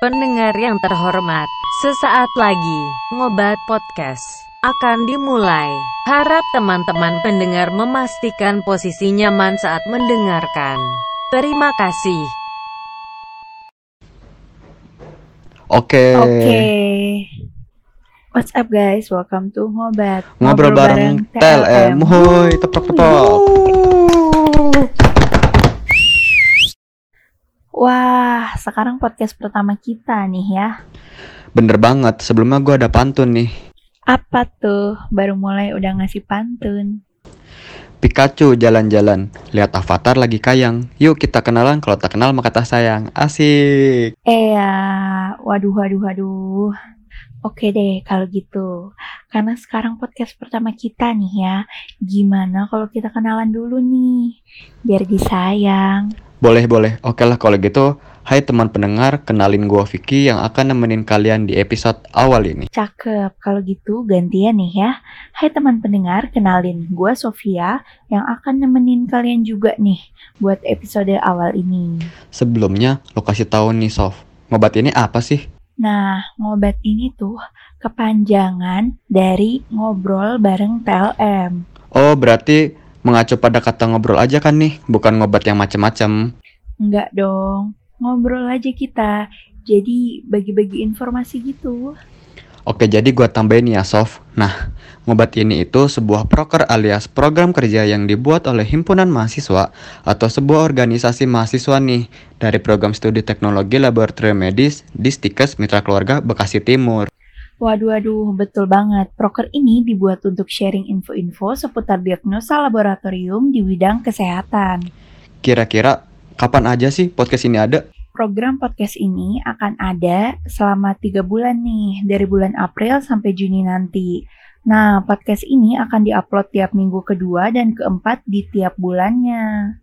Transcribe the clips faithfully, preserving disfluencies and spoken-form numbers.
Pendengar yang terhormat, sesaat lagi, Ngobat Podcast akan dimulai. Harap teman-teman pendengar memastikan posisi nyaman saat mendengarkan. Terima kasih. Oke. Oke. What's up guys? Welcome to Ngobat. Ngobrol bareng T L M. Hoi, tepok-tepok. Wah, sekarang podcast pertama kita nih ya. Bener banget, sebelumnya gue ada pantun nih. Apa tuh? Baru mulai udah ngasih pantun. Pikachu jalan-jalan, lihat avatar lagi kayang. Yuk kita kenalan, kalau tak kenal maka tak sayang. Asik. Eh ya, waduh waduh waduh. Oke deh kalau gitu. Karena sekarang podcast pertama kita nih ya. Gimana kalau kita kenalan dulu nih? Biar disayang. Boleh-boleh, oke lah kalau gitu. Hai teman pendengar, kenalin gue Vicky yang akan nemenin kalian di episode awal ini. Cakep, kalau gitu gantian nih ya. Hai teman pendengar, kenalin gue Sofia yang akan nemenin kalian juga nih buat episode awal ini. Sebelumnya, lo kasih tahu nih Sof, ngobat ini apa sih? Nah, ngobat ini tuh kepanjangan dari ngobrol bareng T L M. Oh, berarti mengacu pada kata ngobrol aja kan nih, bukan ngobat yang macem-macem. Enggak dong, ngobrol aja kita. Jadi bagi-bagi informasi gitu. Oke, jadi gua tambahin ya Sof. Nah, ngobat ini itu sebuah proker alias program kerja yang dibuat oleh himpunan mahasiswa atau sebuah organisasi mahasiswa nih dari program studi teknologi laboratorium medis di Stikes Mitra Keluarga Bekasi Timur. Waduh, waduh, betul banget. Proker ini dibuat untuk sharing info-info seputar diagnosa laboratorium di bidang kesehatan. Kira-kira kapan aja sih podcast ini ada? Program podcast ini akan ada selama tiga bulan nih, dari bulan April sampai Juni nanti. Nah, podcast ini akan diupload tiap minggu kedua dan keempat di tiap bulannya.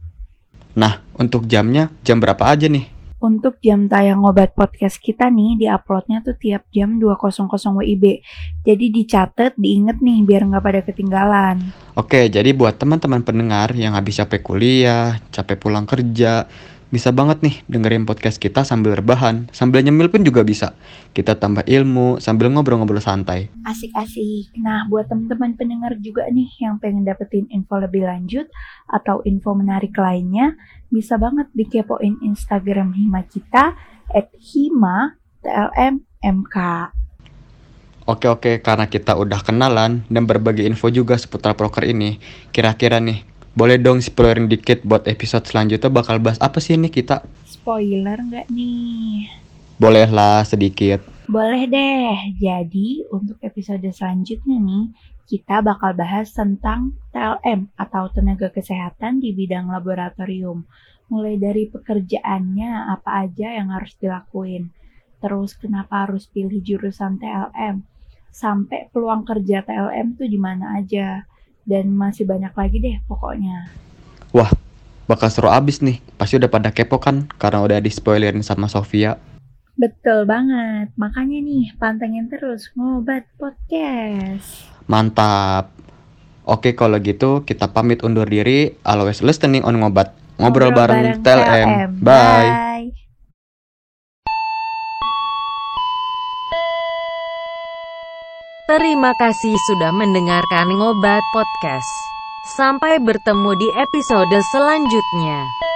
Nah, untuk jamnya, jam berapa aja nih? Untuk jam tayang ngobat podcast kita nih, diuploadnya tuh tiap jam dua nol nol W I B. Jadi dicatat, diinget nih, biar nggak pada ketinggalan. Oke, jadi buat teman-teman pendengar yang habis capek kuliah, capek pulang kerja, bisa banget nih dengerin podcast kita sambil rebahan, sambil nyemil pun juga bisa. Kita tambah ilmu sambil ngobrol-ngobrol santai. Asik-asik. Nah, buat teman-teman pendengar juga nih yang pengen dapetin info lebih lanjut atau info menarik lainnya, bisa banget dikepoin Instagram Hima kita at hima T L M M K. Oke oke, karena kita udah kenalan dan berbagi info juga seputar proker ini, kira-kira nih, boleh dong spoilerin dikit buat episode selanjutnya bakal bahas apa sih nih kita? Spoiler nggak nih? Boleh lah sedikit. Boleh deh. Jadi untuk episode selanjutnya nih, kita bakal bahas tentang T L M atau tenaga kesehatan di bidang laboratorium. Mulai dari pekerjaannya apa aja yang harus dilakuin. Terus kenapa harus pilih jurusan T L M. Sampai peluang kerja T L M tuh di mana aja. Dan masih banyak lagi deh pokoknya. Wah, bakal seru abis nih. Pasti udah pada kepo kan karena udah di spoilerin sama Sofia. Betul banget. Makanya nih pantengin terus Ngobat Podcast. Mantap. Oke kalau gitu kita pamit undur diri. Always listening on Ngobat. Ngobrol, Ngobrol bareng, bareng T L M. T L M. Bye. Bye. Terima kasih sudah mendengarkan Ngobat Podcast. Sampai bertemu di episode selanjutnya.